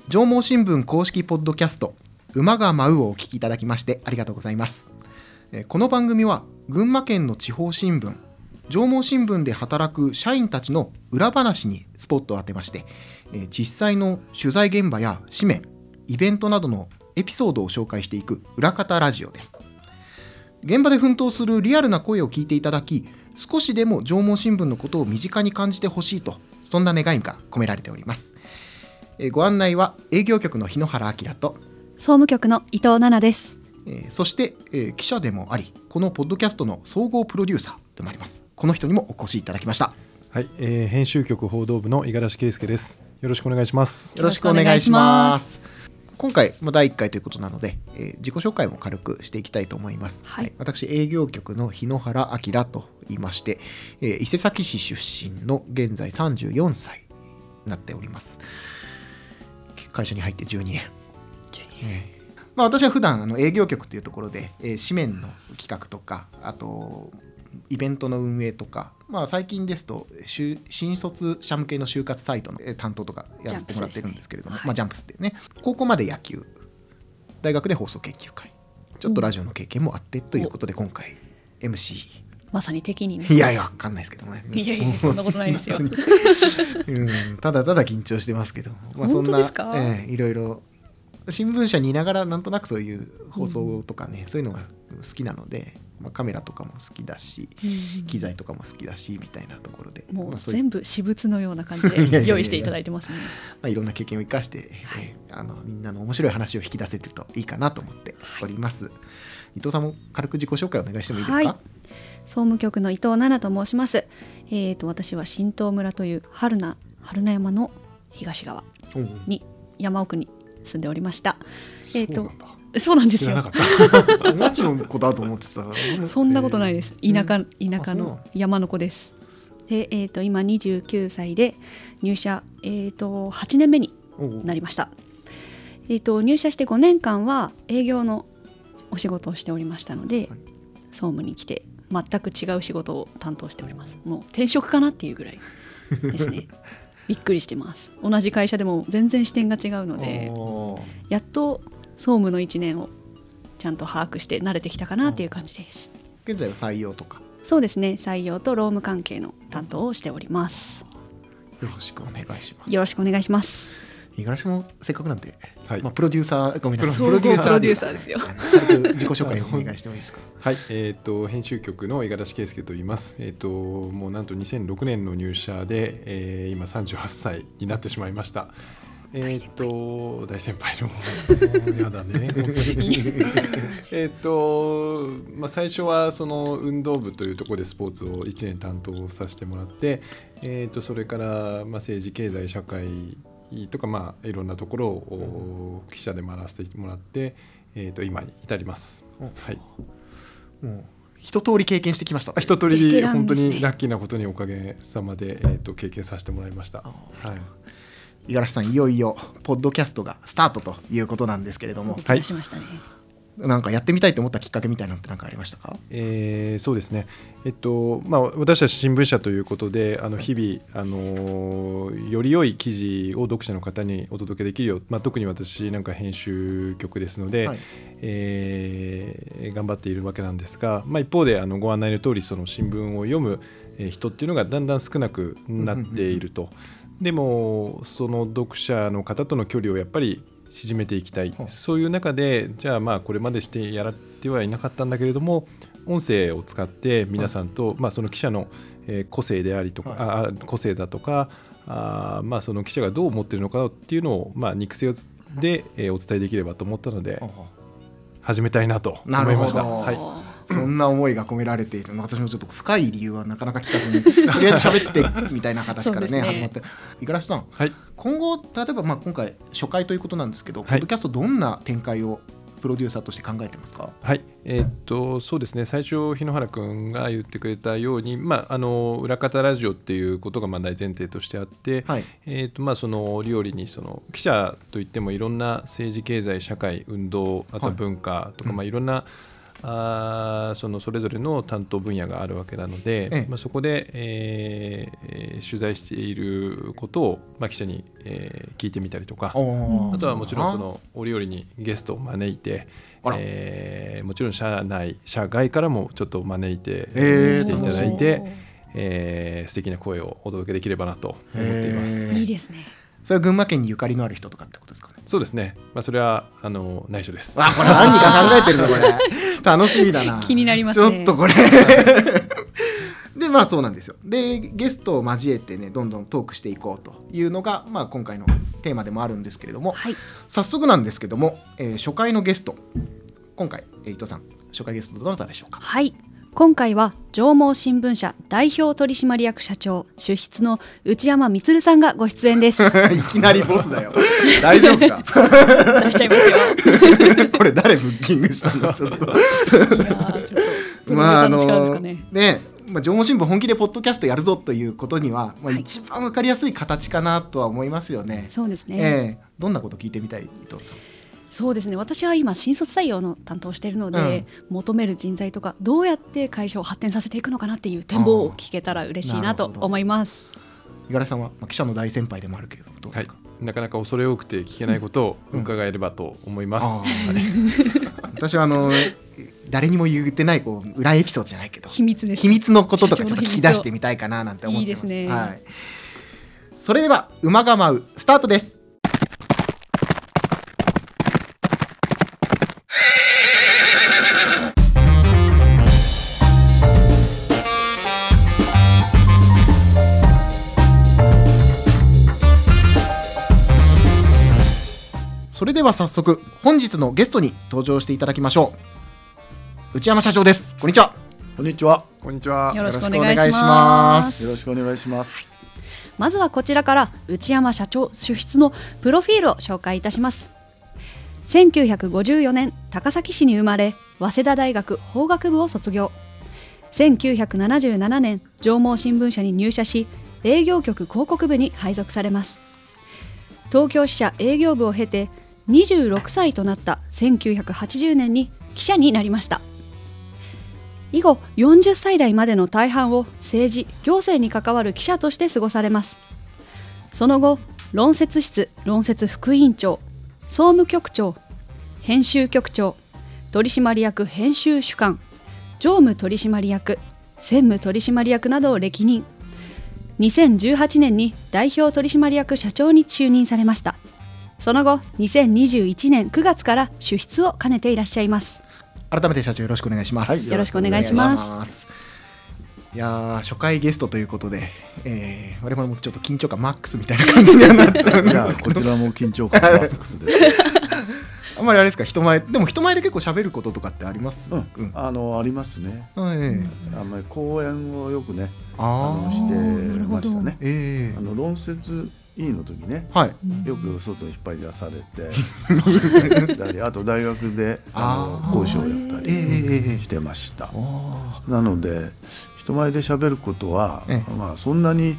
上毛新聞公式ポッドキャスト馬が舞うをお聞きいただきましてありがとうございます。この番組は群馬県の地方新聞上毛新聞で働く社員たちの裏話にスポットを当てまして、実際の取材現場や紙面、イベントなどのエピソードを紹介していく裏方ラジオです。現場で奮闘するリアルな声を聞いていただき、少しでも上毛新聞のことを身近に感じてほしいと、そんな願いが込められております。ご案内は営業局の日野原明と総務局の伊藤奈々です。 そして、記者でもあり、このポッドキャストの総合プロデューサーでもあります、この人にもお越しいただきました。 はい、編集局報道部の五十嵐圭介です。よろしくお願いします。 よろしくお願いします。今回第1回ということなので、自己紹介も軽くしていきたいと思います。 はい、 私営業局の日野原明と言いまして、伊勢崎市出身の現在34歳になっております。会社に入って12年。私は普段営業局というところで、紙面の企画とか、あとイベントの運営とか、最近ですと新卒者向けの就活サイトの担当とかやらせてもらってるんですけれども、ジャンプスっていうね、高校まで野球、大学で放送研究会、ちょっとラジオの経験もあってということで、今回 MC まさに敵にね。 いや分かんないですけどね。 いやそんなことないですよただただ緊張してますけど、そんな、いろいろ新聞社にいながらなんとなくそういう放送とかね、そういうのが好きなので、カメラとかも好きだし、機材とかも好きだしみたいなところで、 もう全部私物のような感じで用意していただいてますね。 いろんな経験を生かして、みんなの面白い話を引き出せてるといいかなと思っております。伊藤さんも軽く自己紹介お願いしてもいいですか？ 総務局の伊藤奈々と申します。私は新東村という春名山の東側に山奥に住んでおりました。そうなんですよ。 知らなかった。町の子だと思ってた。 そんなことないです。田舎の山の子です。で、今29歳で入社、8年目になりました。入社して5年間は営業のお仕事をしておりましたので、総務に来て全く違う仕事を担当しております。もう転職かなっていうぐらいですね。びっくりしてます。同じ会社でも全然視点が違うので、やっと総務の1年をちゃんと把握して慣れてきたかなっていう感じです。 現在は採用とか？そうですね、採用と労務関係の担当をしております。 よろしくお願いします。 よろしくお願いします。 五十嵐もせっかくなんで、プロデューサー、ごめんなさい、 プロデューサーですよ。 自己紹介お願いしてもいいですか？ はい、編集局の五十嵐圭介と言います。もうなんと2006年の入社で、今38歳になってしまいました。大先輩のやだね最初はその運動部というところでスポーツを1年担当させてもらって、それから政治経済社会とかいろんなところを記者で回らせてもらって、今に至ります。はい。 もう一通り経験してきました。 一通り本当にラッキーなことにおかげさまで、経験させてもらいました。 五十嵐さん、いよいよポッドキャストがスタートということなんですけれども、 しましたね。 なんかやってみたいと思ったきっかけみたいなのって何かありましたか？ そうですね、私たち新聞社ということで日々より良い記事を読者の方にお届けできるよう、特に私なんか編集局ですので、頑張っているわけなんですが、一方でご案内の通りその新聞を読む人っていうのがだんだん少なくなっていると。でもその読者の方との距離をやっぱり縮めていきたい、そういう中でじゃあこれまでしてやってはいなかったんだけれども、音声を使って皆さんと、その記者の個性でありとか、個性だとかその記者がどう思っているのかっていうのを、肉声でお伝えできればと思ったので始めたいなと思いました。 そんな思いが込められているの、私もちょっと深い理由はなかなか聞かずにとりあえず喋ってみたいな形からね始まって。五十嵐さん、今後例えば今回初回ということなんですけど、ポッドキャストどんな展開をプロデューサーとして考えてますか？ そうですね、最初日野原君が言ってくれたように、裏方ラジオっていうことが大前提としてあって、その折々にその記者といってもいろんな政治経済社会運動、あと文化とか、いろんなそれぞれの担当分野があるわけなので、そこで、取材していることを、記者に、聞いてみたりとか、あとはもちろん折々にゲストを招いて、もちろん社外からもちょっと招いて、来ていただいて、素敵な声をお届けできればなと思っています。 いいですね。 それは群馬県にゆかりのある人とかってことですかね。 そうですね、それは内緒です。 これ何か考えてるのこれ楽しみだな。 気になりますね。 ちょっとこれでそうなんですよ。でゲストを交えてねどんどんトークしていこうというのが、今回のテーマでもあるんですけれども、早速なんですけども、初回のゲスト、今回伊藤さん初回ゲストどなたでしょうか。 はい、今回は上毛新聞社代表取締役社長主筆の内山充さんがご出演ですいきなりボスだよ大丈夫か出しちゃいますよこれ誰ブッキングしたのちょっといやちょっとプロデューサーの力ですかね。 上毛新聞本気でポッドキャストやるぞということには、一番分かりやすい形かなとは思いますよね。 そうですね、 どんなこと聞いてみたい伊藤さん。 そうですね、私は今新卒採用の担当をしているので、求める人材とかどうやって会社を発展させていくのかなっていう展望を聞けたら嬉しいなと思います。 五十嵐さんは、記者の大先輩でもあるけれどもどうですか。 なかなか恐れ多くて聞けないことを伺えればと思います。 私は誰にも言ってない裏エピソードじゃないけど秘密です、 秘密のこととかちょっと聞き出してみたいかななんて思ってます。 いいですね。 それでは馬が舞うスタートです。それでは早速本日のゲストに登場していただきましょう。内山社長です。こんにちは。 こんにちは。 こんにちは。 よろしくお願いします。 よろしくお願いします。 まずはこちらから内山社長主筆のプロフィールを紹介いたします。1954年高崎市に生まれ、早稲田大学法学部を卒業。1977年上毛新聞社に入社し、営業局広告部に配属されます。東京支社営業部を経て26歳となった1980年に記者になりました。以後40歳代までの大半を政治・行政に関わる記者として過ごされます。その後論説室論説副委員長、総務局長、編集局長、取締役編集主幹、常務取締役、専務取締役などを歴任。2018年に代表取締役社長に就任されました。その後2021年9月から主筆を兼ねていらっしゃいます。 改めて社長よろしくお願いします。 よろしくお願いします。 いや初回ゲストということで、我々もちょっと緊張感マックスみたいな感じにはなっちゃうんだけどこちらも緊張感マックスですあんまりあれですか、人前で結構喋ることとかってあります？ ありますね。あんまり講演をよくねしてましたね。論説委員の時ね、よく外に引っ張り出されてあと大学で講師をやったりしてました。なので人前で喋ることはそんなに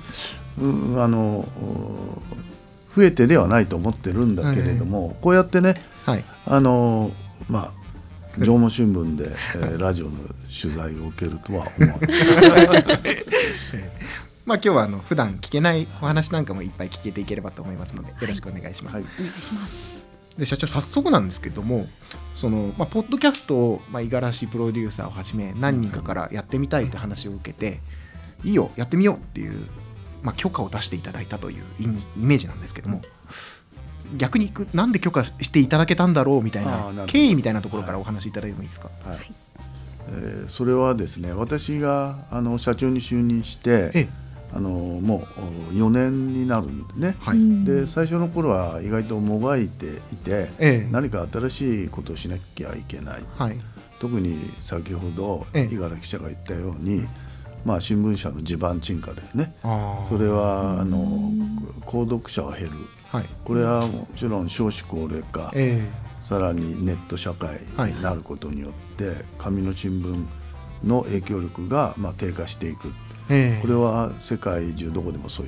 増えてではないと思ってるんだけれども、こうやってね上毛新聞でラジオの取材を受けるとは思わない今日は普段聞けないお話なんかもいっぱい聞けていければと思いますのでよろしくお願いします。 お願いします。 で社長早速なんですけどもポッドキャストを五十嵐プロデューサーをはじめ何人かからやってみたいという話を受けて、いいよやってみようっていう、許可を出していただいたというイメージなんですけども、逆になんで許可していただけたんだろうみたいな経緯みたいなところからお話しいただいてもいいですか？ それはですね、私が社長に就任してもう4年になるんでね、で最初の頃は意外ともがいていて、何か新しいことをしなきゃいけない、特に先ほど五十嵐記者が言ったように、新聞社の地盤沈下だよね。それは購読者は減る、これはもちろん少子高齢化、さらにネット社会になることによって紙の新聞の影響力が低下していく。これは世界中どこでもそういう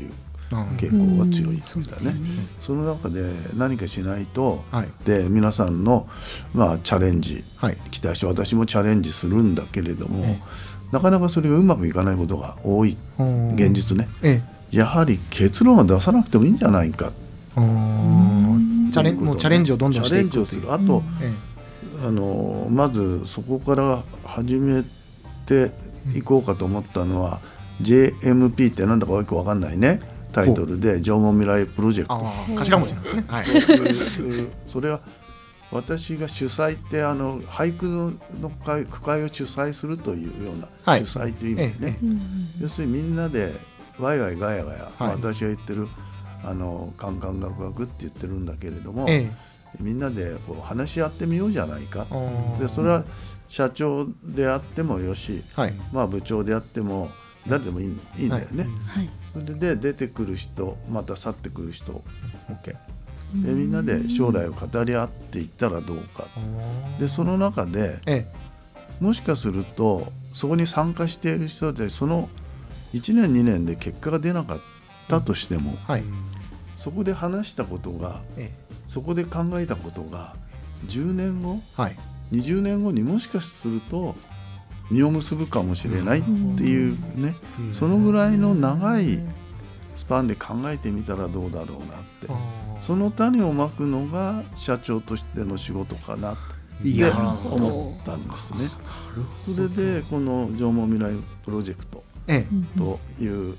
傾向が強いですからね。その中で何かしないと、で皆さんの、チャレンジ、期待して私もチャレンジするんだけれども、なかなかそれがうまくいかないことが多い現実ね。やはり結論は出さなくてもいいんじゃないか。 もうチャレンジをどんどんしていくという。 あと、まずそこから始めていこうかと思ったのは、JMP ってなんだかよく分かんないねタイトルで縄文未来プロジェクト、 頭文字なんですね。 それは私が主催って俳句の句会を主催するというような、主催という意味でね、要するにみんなでワイワイガヤガヤ、私が言ってるカンカンガクガクって言ってるんだけれども、みんなでこう話し合ってみようじゃないか。でそれは社長であってもよし、部長であっても誰でもいいんだよね。それで出てくる人、また去ってくる人、でみんなで将来を語り合っていったらどうか。でその中で、もしかするとそこに参加している人でその1年2年で結果が出なかったとしても、そこで話したことが、そこで考えたことが10年後、20年後にもしかすると実を結ぶかもしれないっていうね、そのぐらいの長いスパンで考えてみたらどうだろうなって、その種をまくのが社長としての仕事かなって思ったんですね。それでこの縄文未来プロジェクトという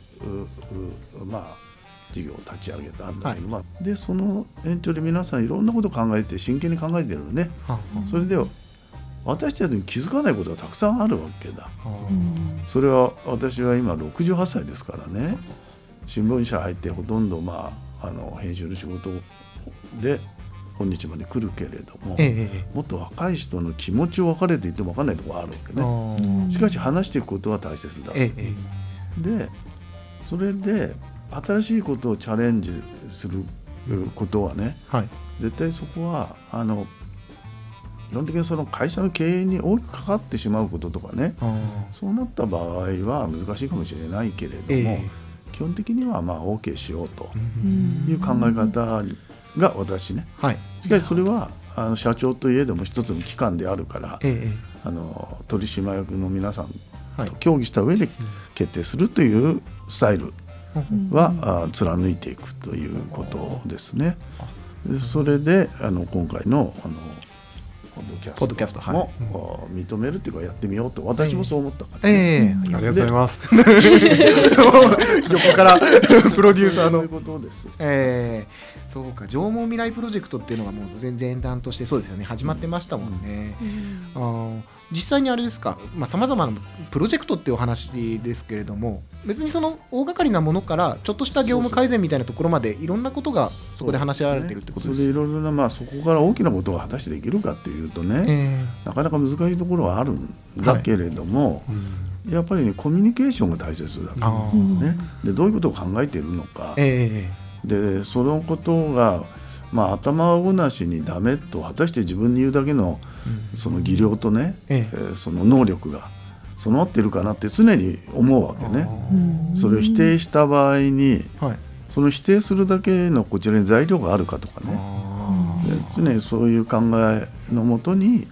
事業を立ち上げたんだけど、でその延長で皆さんいろんなことを考えて真剣に考えてるのね。それで私たちに気づかないことがたくさんあるわけだ。それは私は今68歳ですからね、新聞社入ってほとんど編集の仕事で今日まで来るけれども、もっと若い人の気持ちを分かれていても分かんないところがあるわけね。しかし話していくことは大切だ。でそれで新しいことをチャレンジすることはね、絶対そこは基本的にその会社の経営に大きくかかってしまうこととかね、そうなった場合は難しいかもしれないけれども、基本的にはOK しようという考え方が私ね。しかしそれは社長といえども一つの機関であるから、取締役の皆さんと協議した上で決定するというスタイルは貫いていくということですね。それで今回のポッドキャストも認めるっていうかやってみようと私もそう思ったから、 ありがとうございます。 横からプロデューサーのそういうことです。 そうか、縄文未来プロジェクトっていうのがもう全然前段としてそうですよね、始まってましたもんね。実際にあれですか、さまざまなプロジェクトっていうお話ですけれども、別にその大掛かりなものからちょっとした業務改善みたいなところまでいろんなことがそこで話し合われているってことです。 それでいろいろな、そこから大きなことが果たしてできるかっていうとね、なかなか難しいところはあるんだけれども、やっぱりねコミュニケーションが大切だと、ね、でどういうことを考えているのか、でそのことが頭ごなしにダメと果たして自分に言うだけのその技量とね、その能力が備わっているかなって常に思うわけね。それを否定した場合に、その否定するだけのこちらに材料があるかとかね、常にそういう考えのもとに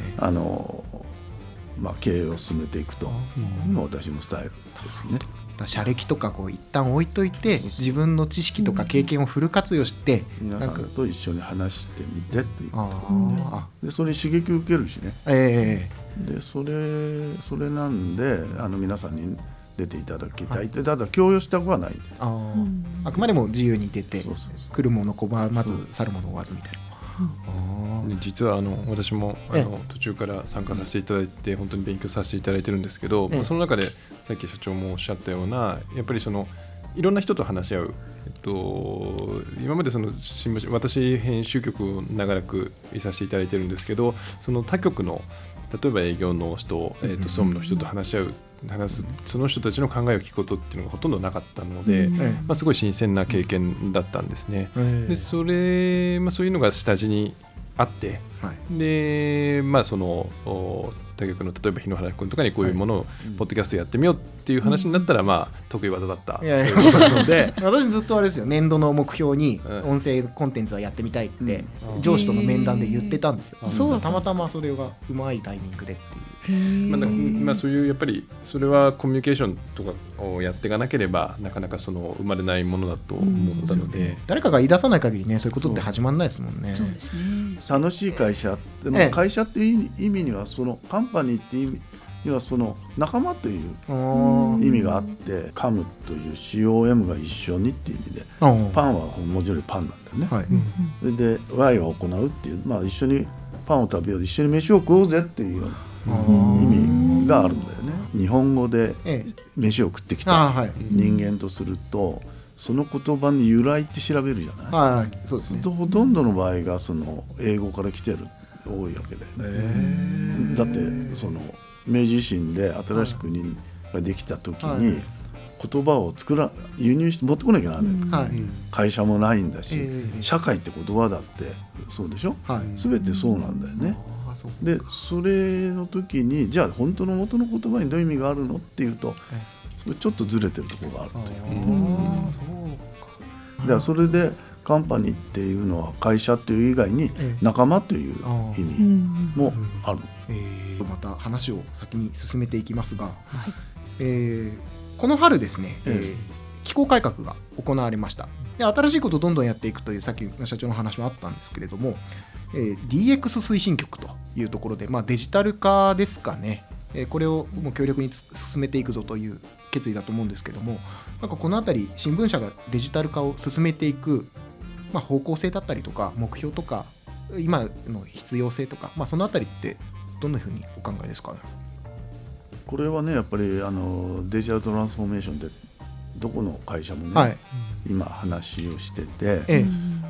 経営を進めていくというのが私のスタイルですね。 社歴とか一旦置いといて自分の知識とか経験をフル活用して皆さんと一緒に話してみてということで、それに刺激を受けるしね、でそれなんで皆さんに出ていただきたいって、ただ強要したくはないんで、 あくまでも自由に出て来るもの拒まず去るもの追わずみたいな。 実は私も途中から参加させていただいて本当に勉強させていただいてるんですけど、その中でさっき社長もおっしゃったようなやっぱりいろんな人と話し合う、今まで新聞私編集局を長らくいさせていただいてるんですけど、その他局の例えば営業の人、総務の人と話すその人たちの考えを聞くことっていうのがほとんどなかったので、すごい新鮮な経験だったんですね。でそういうのが下地にあって、で他局の例えば日野原君とかにこういうものをポッドキャストやってみようっていう話になったら、まあ得意技だったということなので私ずっとあれですよ、年度の目標に音声コンテンツはやってみたいって上司との面談で言ってたんですよ。たまたまそれがうまいタイミングでっていう。 まあ、そういうやっぱりそれはコミュニケーションとかをやっていかなければなかなかその生まれないものだと思ったので、 誰かが言い出さない限りね、そういうことって始まらないですもんね。 そうですね。 楽しい会社でも会社っていう意味にはそのカンパニーっていう意味にはその仲間という意味があって、カムという COM が一緒にっていう意味で、パンは文字通りパンなんだよね、それで Y は行うっていう、まあ、一緒にパンを食べよう、一緒に飯を食おうぜっていうような意味があるんだよね。日本語で飯を食ってきた人間とすると、その言葉に由来って調べるじゃない。 そうですね。 ほとんどの場合がその英語から来てる多いわけだよね。だってその明治維新で新しい国ができた時に言葉を輸入して持ってこなきゃならない、会社もないんだし、社会って言葉だってそうでしょ、全てそうなんだよね。でそれの時にじゃあ本当の元の言葉にどういう意味があるのっていうと、それちょっとずれてるところがあるという。だからそれでカンパニーっていうのは会社っていう以外に仲間という意味もある。 また話を先に進めていきますが、この春ですね、機構改革が行われました。で新しいことをどんどんやっていくというさっきの社長の話もあったんですけれども、DX 推進局というところで、デジタル化ですかね、これをもう強力に進めていくぞという決意だと思うんですけども、なんかこのあたり新聞社がデジタル化を進めていく、方向性だったりとか目標とか今の必要性とか、そのあたりってどんなふうにお考えですかね。 これはねやっぱりデジタルトランスフォーメーションでどこの会社もね、今話をしてて、メデ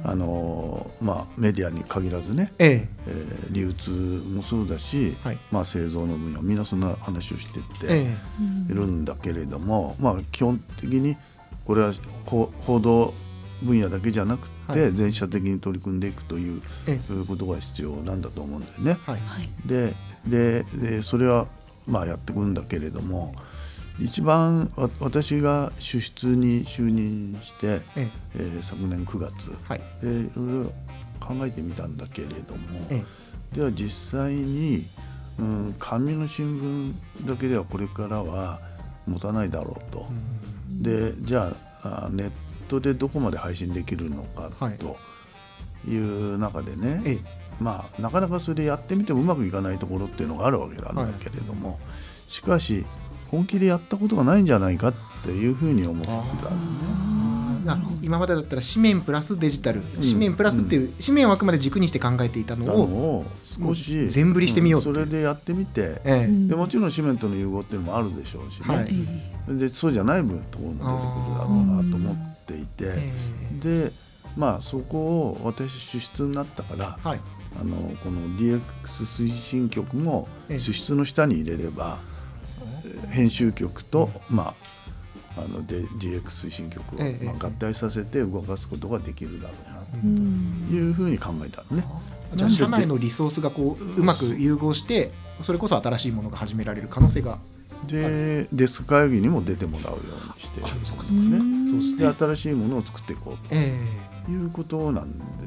ィアに限らずね、流通もそうだし、製造の分野みんなそんな話をしてっているんだけれども、基本的にこれは報道分野だけじゃなくて全社的に取り組んでいくということが必要なんだと思うんだよね。でそれはやっていくんだけれども、一番私が主筆に就任して、昨年9月、でいろいろ考えてみたんだけれども、では実際に、紙の新聞だけではこれからは持たないだろうと。でじゃあネットでどこまで配信できるのかという中でね、なかなかそれでやってみてもうまくいかないところっていうのがあるわけなんだけれども、しかし本気でやったことがないんじゃないかっていうふうに思ってたんだね。 今までだったら紙面プラスデジタル、紙面プラスっていう、紙面をあくまで軸にして考えていたのを少し全振りしてみようって、 それでやってみて、でもちろん紙面との融合っていうのもあるでしょうしね、でそうじゃない分ところも出てくるだろうなと思っていて、でそこを私主筆になったから、この DX 推進局も主筆の下に入れれば、編集局と、DX 推進局を合体させて動かすことができるだろうなというふうに考えたのね。 じゃあ社内のリソースがうまく融合してそれこそ新しいものが始められる可能性がでデスク会議にも出てもらうようにして、で新しいものを作っていこうということなんです。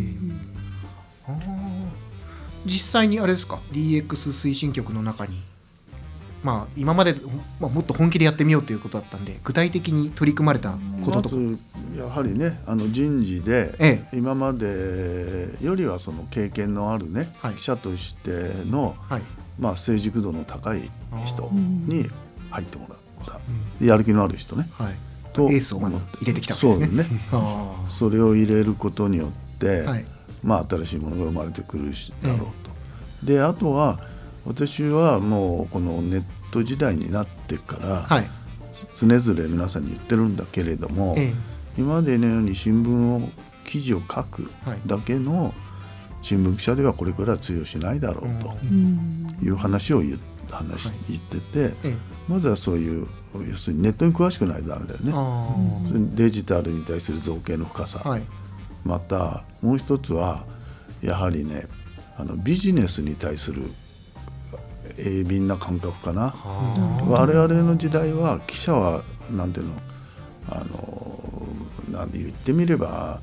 実際にあれですか、 DX 推進局の中に今まで、もっと本気でやってみようということだったんで、具体的に取り組まれたこととか、 やはりね人事で、今までよりはその経験のあるね、記者としての、成熟度の高い人に入ってもらった、やる気のある人ね、 エースをまず入れてきたわけですね。 そうねそれを入れることによって、新しいものが生まれてくるだろうと。であとは私はもうこのネット時代になってから、常々皆さんに言ってるんだけれども、今までのように新聞記事を書くだけの新聞記者ではこれからは通用しないだろうという話を言ってて、まずはそういう要するにネットに詳しくないとダメだよね。デジタルに対する造形の深さ、またもう一つはやはりねビジネスに対する鋭敏な感覚かな。我々の時代は記者はなんていうの、なんで言ってみれば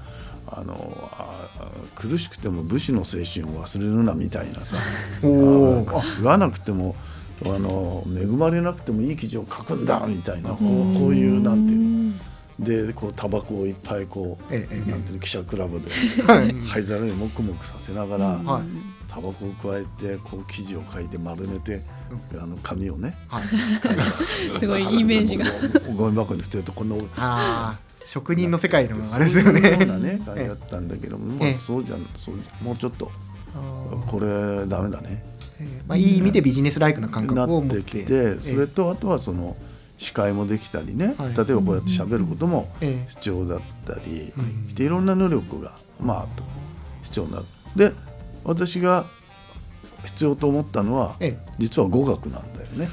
苦しくても武士の精神を忘れるなみたいなさ、食わなくても恵まれなくてもいい記事を書くんだみたいな、こういうなんていうのでこうタバコをいっぱいこう、なんていうの記者クラブで灰皿にもくもくさせながら、タバコを加えてこう記事を書いて丸めて、紙をね、 すごいイメージがゴミ箱に捨てるとこの職人の世界のあれですよね。 そういうようなね感じだったんだけども、そうじゃん、もうちょっとこれダメだね。 いい意味でビジネスライクな感覚を持ってなってきて、それとあとはその司会もできたりね、例えばこうやって喋ることも必要だったりして、いろんな能力が必要になる。で、私が必要と思ったのは実は語学なんだよね。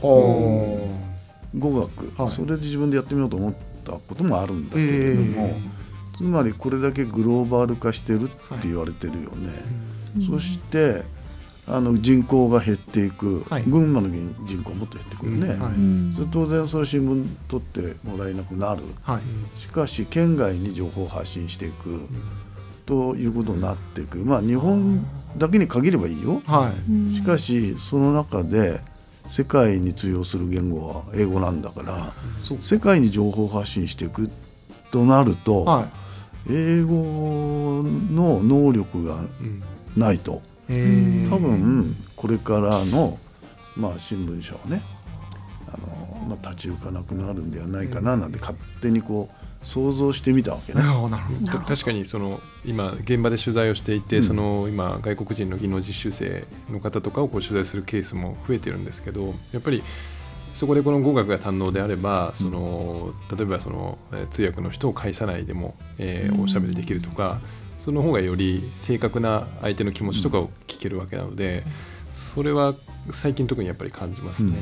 語学、それで自分でやってみようと思ったこともあるんだけれども、つまりこれだけグローバル化してるって言われてるよね。そして人口が減っていく、群馬の人口もっと減ってくるね、当然その新聞取ってもらえなくなる、しかし県外に情報を発信していく、ということになっていく。日本だけに限ればいいよ、しかしその中で世界に通用する言語は英語なんだから、世界に情報を発信していくとなると、英語の能力がないと、多分これからの、新聞社はね立ち行かなくなるんではないかななんて勝手にこう想像してみたわけね。 確かに今現場で取材をしていて、今外国人の技能実習生の方とかを取材するケースも増えてるんですけど、やっぱりそこでこの語学が堪能であれば、例えば通訳の人を介さないでも、おしゃべりできるとか、その方がより正確な相手の気持ちとかを聞けるわけなので、それは最近特にやっぱり感じますね。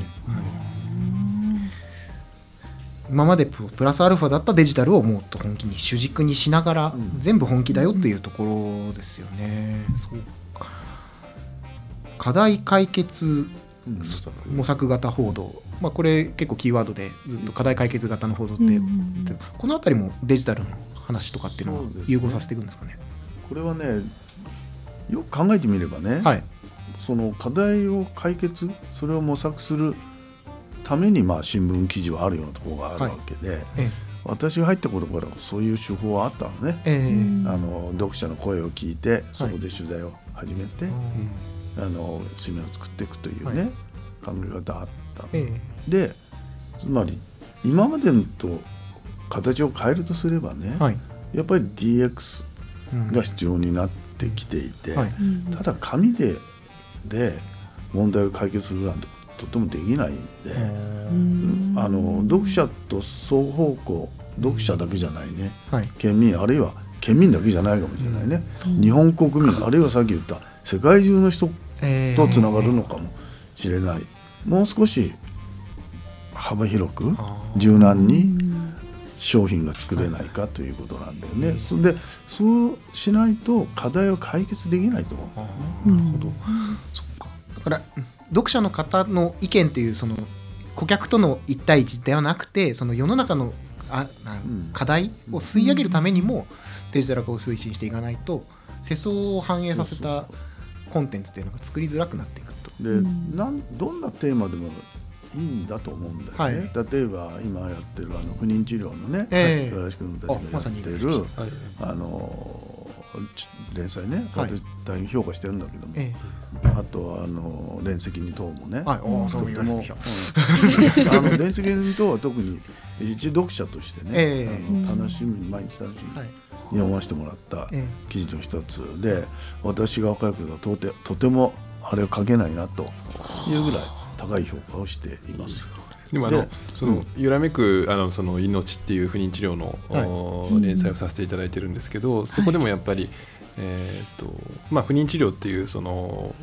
今までプラスアルファだったデジタルをもっと本気に主軸にしながら、全部本気だよっていうところですよね。そうか。課題解決模索型報道、これ結構キーワードでずっと課題解決型の報道って、このあたりもデジタルの話とかっていうのを融合させていくんですかね。 これはね、よく考えてみればね、その課題を解決、それを模索するために新聞記事はあるようなところがあるわけで、私が入った頃からそういう手法はあったのね。読者の声を聞いてそこで取材を始めて、紙面を作っていくというね、考え方あったで、つまり今までと形を変えるとすればね、やっぱり DX が必要になってきていて、ただ紙で問題を解決するなんてとてもできないんで、読者と双方向、読者だけじゃないね、県民、あるいは県民だけじゃないかもしれないね、日本国民、あるいはさっき言った世界中の人とつながるのかもしれない。もう少し幅広く柔軟に商品が作れないかということなんだよね。そうしないと課題を解決できないと思う。 なるほど。そっか。だから読者の方の意見というその顧客との一対一ではなくて、その世の中の課題を吸い上げるためにもデジタル化を推進していかないと、世相を反映させたコンテンツというのが作りづらくなっていくと。 で、どんなテーマでもいいんだと思うんだよね。例えば今やってる不妊治療のね、倉橋君たちがやってる連載ね、私大変評価してるんだけども、あとは連席に問うもね、連席に問うは特に一読者としてね、楽しみ、毎日楽しみに読ませてもらった記事の一つで、私が若い頃はとてもあれを書けないなというぐらい高い評価をしています。 でも揺らめくその命っていう不妊治療の、連載をさせていただいてるんですけど、そこでもやっぱり、不妊治療っていうその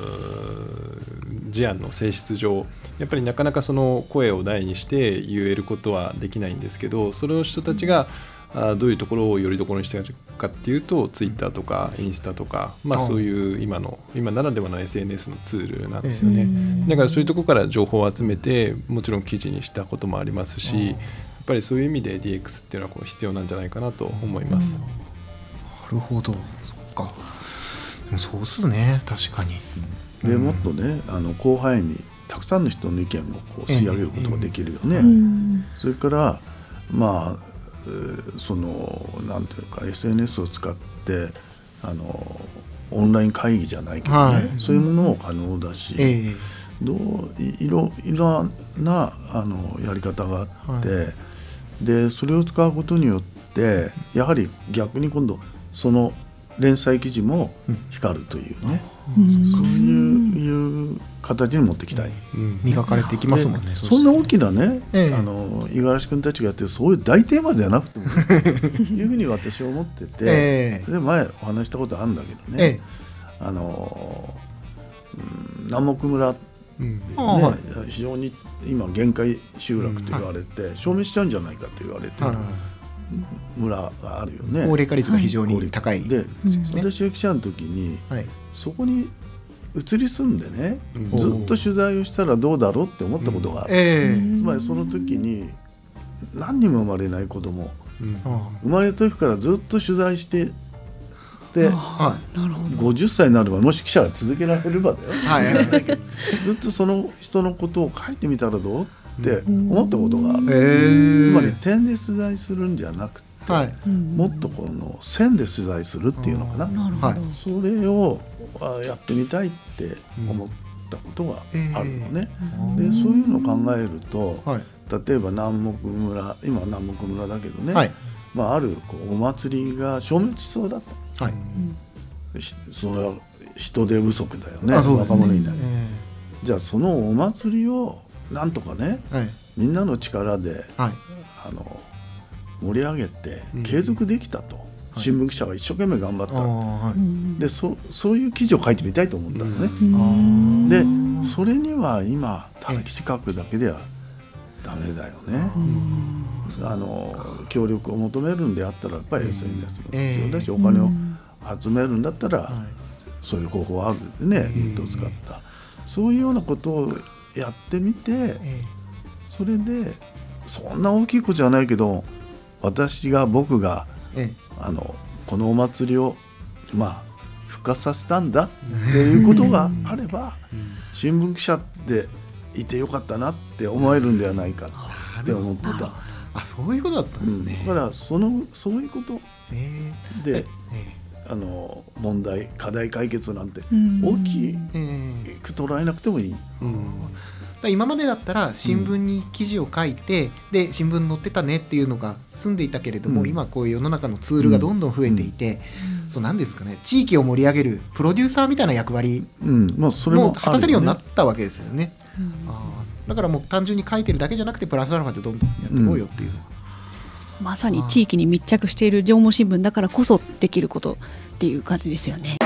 事案の性質上、やっぱりなかなかその声を大にして言えることはできないんですけど、その人たちがどういうところをよりどころにしているかっていうとツイッターとかインスタとか、そういう今ならではの SNS のツールなんですよね。だからそういうところから情報を集めてもちろん記事にしたこともありますし、やっぱりそういう意味で DX っていうのは必要なんじゃないかなと思います。 なるほど、そっか。でもそうっすね、確かに。 でもっとね広範囲にたくさんの人の意見を吸い上げることができるよね。それからそのなんていうか SNS を使ってオンライン会議じゃないけどね、そういうものも可能だし、いろんなやり方があって、でそれを使うことによってやはり逆に今度その連載記事も光るというね、そういう形に持っていきたい、 磨かれていきますもんね。 そんな大きなね五十嵐君たちがやってるそういう大テーマではなくてもいうふうに私は思ってて、で前お話したことあるんだけどね、南牧村、非常に今限界集落と言われて消滅しちゃうんじゃないかと言われてる村があるよね。 高齢化率が非常に高いで、私が記者の時に、そこに移り住んでね、ずっと取材をしたらどうだろうって思ったことがある。つまりその時に何人も生まれない子供、生まれた時からずっと取材してで、50歳になればもし記者が続けられればだよ、ずっとその人のことを書いてみたらどうって思ったことがある。つまり点で取材するんじゃなくて、もっと線で取材するっていうのかな、それをやってみたいって思ったことがあるのね。でそういうのを考えると、例えば南牧村、今は南牧村だけどね、あるお祭りが消滅しそうだった、それは人手不足だよね、若者いない。じゃあそのお祭りをなんとかね、みんなの力で、盛り上げて継続できたと、新聞記者が一生懸命頑張った、でそういう記事を書いてみたいと思ったのね。でそれには今ただ記事書くだけではダメだよね。協力を求めるんであったらやっぱり SNS も必要だし、お金を集めるんだったら、そういう方法はあるんでね、ネットを使ったそういうようなことをやってみて、それでそんな大きいことじゃないけど僕がこのお祭りを復活させたんだっていうことがあれば新聞記者でいてよかったなって思えるんではないかって思ってた。 そういうことだったんですね。 だからそういうことで問題課題解決なんて大きく捉えなくてもいい。 今までだったら新聞に記事を書いて、で新聞に載ってたねっていうのが済んでいたけれども、今こういう世の中のツールがどんどん増えていて、何ですかね、地域を盛り上げるプロデューサーみたいな役割も果たせるようになったわけですよね。だからもう単純に書いてるだけじゃなくてプラスアルファでどんどんやっていこうよっていうのは、 まさに地域に密着している上毛新聞だからこそできることっていう感じですよね。